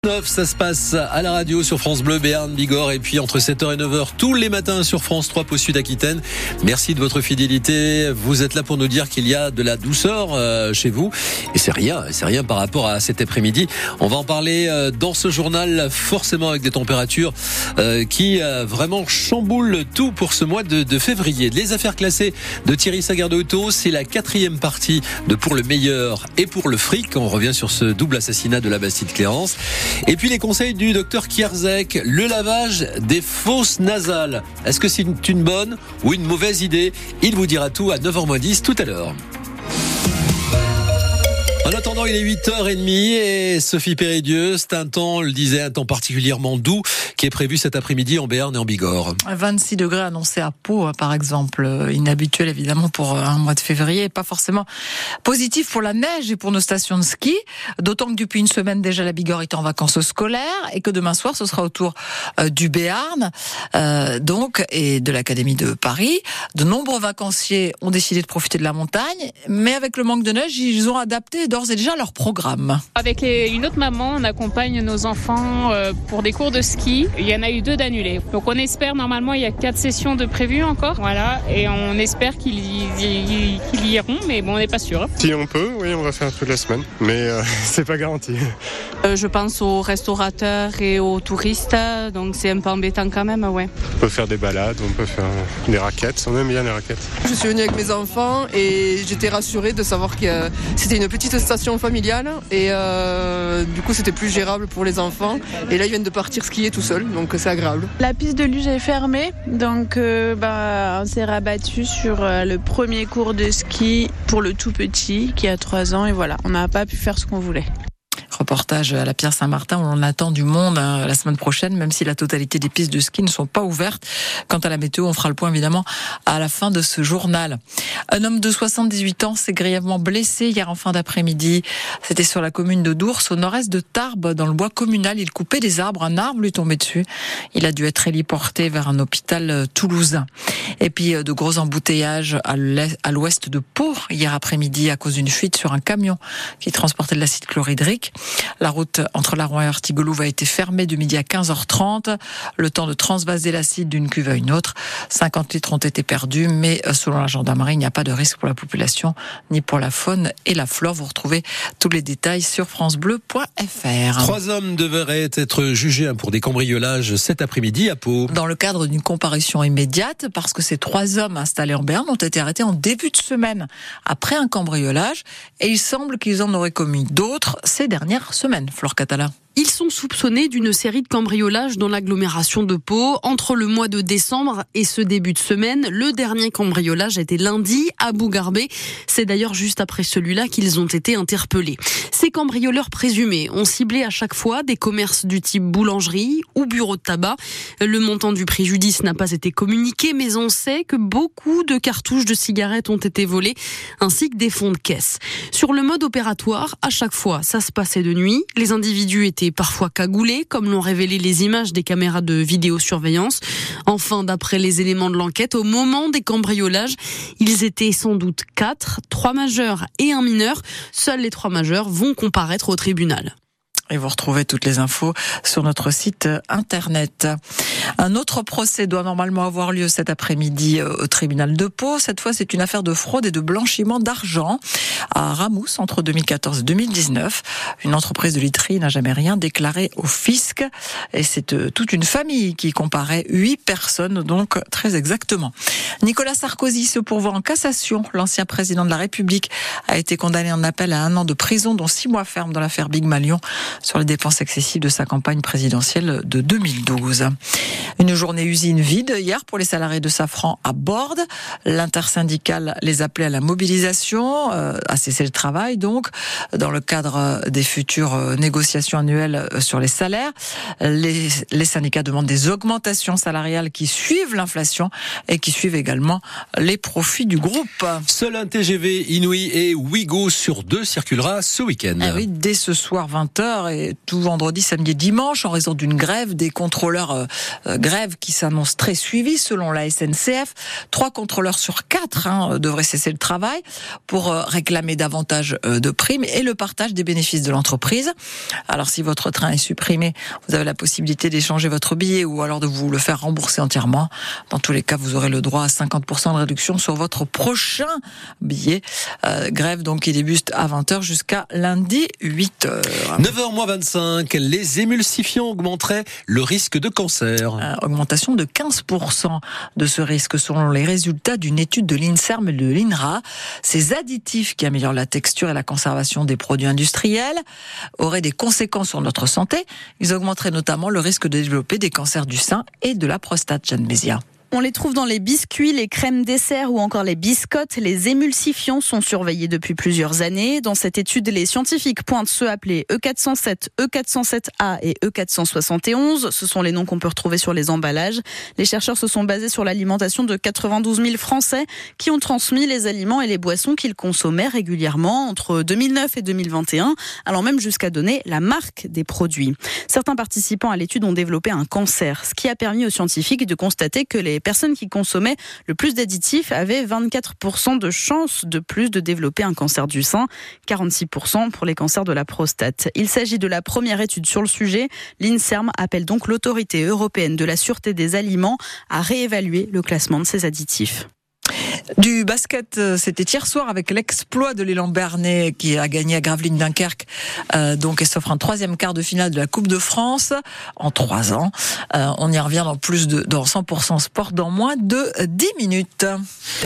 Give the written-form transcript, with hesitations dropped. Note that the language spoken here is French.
Ça se passe à la radio sur France Bleu, Béarn, Bigorre, et puis entre 7h et 9h tous les matins sur France 3 Pau Sud Aquitaine. Merci de votre fidélité. Vous êtes là pour nous dire qu'il y a de la douceur chez vous. Et c'est rien par rapport à cet après-midi. On va en parler dans ce journal, forcément avec des températures qui vraiment chamboulent tout pour ce mois de février. Les affaires classées de Thierry Sagardotto, c'est la 4e partie de Pour le meilleur et pour le fric. On revient sur ce double assassinat de la Bastide-Clérance. Et puis les conseils du docteur Kierzek, le lavage des fosses nasales. Est-ce que c'est une bonne ou une mauvaise idée? Il vous dira tout à 9h10 tout à l'heure. En attendant, il est 8h30 et Sophie Péridieu, c'est un temps particulièrement doux qui est prévu cet après-midi en Béarn et en Bigorre. 26 degrés annoncés à Pau, par exemple. Inhabituel, évidemment, pour un mois de février. Pas forcément positif pour la neige et pour nos stations de ski. D'autant que depuis une semaine déjà, la Bigorre est en vacances scolaires et que demain soir, ce sera au tour du Béarn, et de l'Académie de Paris. De nombreux vacanciers ont décidé de profiter de la montagne, mais avec le manque de neige, ils ont adapté d'ores et déjà leur programme. Avec une autre maman, on accompagne nos enfants pour des cours de ski. Il y en a eu 2 d'annulés. Donc on espère, normalement, il y a 4 sessions de prévues encore. Voilà, et on espère qu'ils y iront, mais bon, on n'est pas sûr. Si on peut, oui, on va faire toute la semaine, mais c'est pas garanti. Je pense aux restaurateurs et aux touristes, donc c'est un peu embêtant quand même, ouais. On peut faire des balades, on peut faire des raquettes, on aime bien les raquettes. Je suis venue avec mes enfants et j'étais rassurée de savoir que c'était une petite station familiale et du coup c'était plus gérable pour les enfants. Et là ils viennent de partir skier tout seuls, donc c'est agréable. La piste de luge est fermée, donc on s'est rabattu sur le premier cours de ski pour le tout petit qui a 3 ans et voilà, on n'a pas pu faire ce qu'on voulait. Reportage à la Pierre Saint-Martin où on attend du monde la semaine prochaine, même si la totalité des pistes de ski ne sont pas ouvertes. Quant à la météo, on fera le point évidemment à la fin de ce journal. Un homme de 78 ans s'est grièvement blessé hier en fin d'après-midi. C'était sur la commune de Dours, au nord-est de Tarbes, dans le bois communal. Il coupait des arbres, un arbre lui est tombé dessus. Il a dû être héliporté vers un hôpital toulousain. Et puis de gros embouteillages à l'ouest de Pau hier après-midi à cause d'une fuite sur un camion qui transportait de l'acide chlorhydrique. La route entre Larouen et Artigolouve a été fermée de midi à 15h30. Le temps de transvaser l'acide d'une cuve à une autre. 50 litres ont été perdus, mais selon la gendarmerie, il n'y a pas de risque pour la population, ni pour la faune et la flore. Vous retrouvez tous les détails sur francebleu.fr. 3 hommes devraient être jugés pour des cambriolages cet après-midi à Pau. Dans le cadre d'une comparution immédiate, parce que ces 3 hommes installés en Béarn ont été arrêtés en début de semaine après un cambriolage, et il semble qu'ils en auraient commis d'autres ces dernières semaines. Flore Catala. Ils sont soupçonnés d'une série de cambriolages dans l'agglomération de Pau. Entre le mois de décembre et ce début de semaine, le dernier cambriolage était lundi à Bougarbé. C'est d'ailleurs juste après celui-là qu'ils ont été interpellés. Ces cambrioleurs présumés ont ciblé à chaque fois des commerces du type boulangerie ou bureau de tabac. Le montant du préjudice n'a pas été communiqué, mais on sait que beaucoup de cartouches de cigarettes ont été volées, ainsi que des fonds de caisse. Sur le mode opératoire, à chaque fois, ça se passait de nuit. Les individus étaient parfois cagoulés, comme l'ont révélé les images des caméras de vidéosurveillance. Enfin, d'après les éléments de l'enquête, au moment des cambriolages, ils étaient sans doute 4, 3 majeurs et un mineur. Seuls les 3 majeurs vont comparaître au tribunal. Et vous retrouvez toutes les infos sur notre site internet. Un autre procès doit normalement avoir lieu cet après-midi au tribunal de Pau. Cette fois, c'est une affaire de fraude et de blanchiment d'argent à Ramous entre 2014 et 2019. Une entreprise de literie n'a jamais rien déclaré au fisc. Et c'est toute une famille qui comparait 8 personnes, donc très exactement. Nicolas Sarkozy se pourvoit en cassation. L'ancien président de la République a été condamné en appel à 1 an de prison, dont 6 mois ferme dans l'affaire Big Malion, sur les dépenses excessives de sa campagne présidentielle de 2012. Une journée usine vide hier pour les salariés de Safran à Bordes. L'intersyndicale les appelait à la mobilisation, à cesser le travail donc, dans le cadre des futures négociations annuelles sur les salaires. Les syndicats demandent des augmentations salariales qui suivent l'inflation et qui suivent également les profits du groupe. Seul un TGV Inouï et Ouigo sur 2 circulera ce week-end. Ah oui, dès ce soir 20h. et tout vendredi, samedi et dimanche en raison d'une grève des contrôleurs, grève qui s'annonce très suivie selon la SNCF. 3 contrôleurs sur 4 devraient cesser le travail pour réclamer davantage de primes et le partage des bénéfices de l'entreprise. Alors si votre train est supprimé, vous avez la possibilité d'échanger votre billet ou alors de vous le faire rembourser entièrement. Dans tous les cas, vous aurez le droit à 50% de réduction sur votre prochain billet. Grève donc qui débute à 20h jusqu'à lundi 8h. 9h-25, les émulsifiants augmenteraient le risque de cancer. Augmentation de 15% de ce risque selon les résultats d'une étude de l'INSERM et de l'INRA. Ces additifs qui améliorent la texture et la conservation des produits industriels auraient des conséquences sur notre santé. Ils augmenteraient notamment le risque de développer des cancers du sein et de la prostate, Jeanne Mézia. On les trouve dans les biscuits, les crèmes dessert ou encore les biscottes. Les émulsifiants sont surveillés depuis plusieurs années. Dans cette étude, les scientifiques pointent ceux appelés E407, E407A et E471. Ce sont les noms qu'on peut retrouver sur les emballages. Les chercheurs se sont basés sur l'alimentation de 92 000 Français qui ont transmis les aliments et les boissons qu'ils consommaient régulièrement entre 2009 et 2021, allant même jusqu'à donner la marque des produits. Certains participants à l'étude ont développé un cancer, ce qui a permis aux scientifiques de constater que les personnes qui consommaient le plus d'additifs avaient 24% de chances de plus de développer un cancer du sein, 46% pour les cancers de la prostate. Il s'agit de la première étude sur le sujet. L'INSERM appelle donc l'autorité européenne de la sûreté des aliments à réévaluer le classement de ces additifs. Du basket, c'était hier soir avec l'exploit de l'élan Bernay qui a gagné à Gravelines-Dunkerque. Donc, elle s'offre un 3e quart de finale de la Coupe de France en 3 ans. On y revient dans 100% sport dans moins de 10 minutes.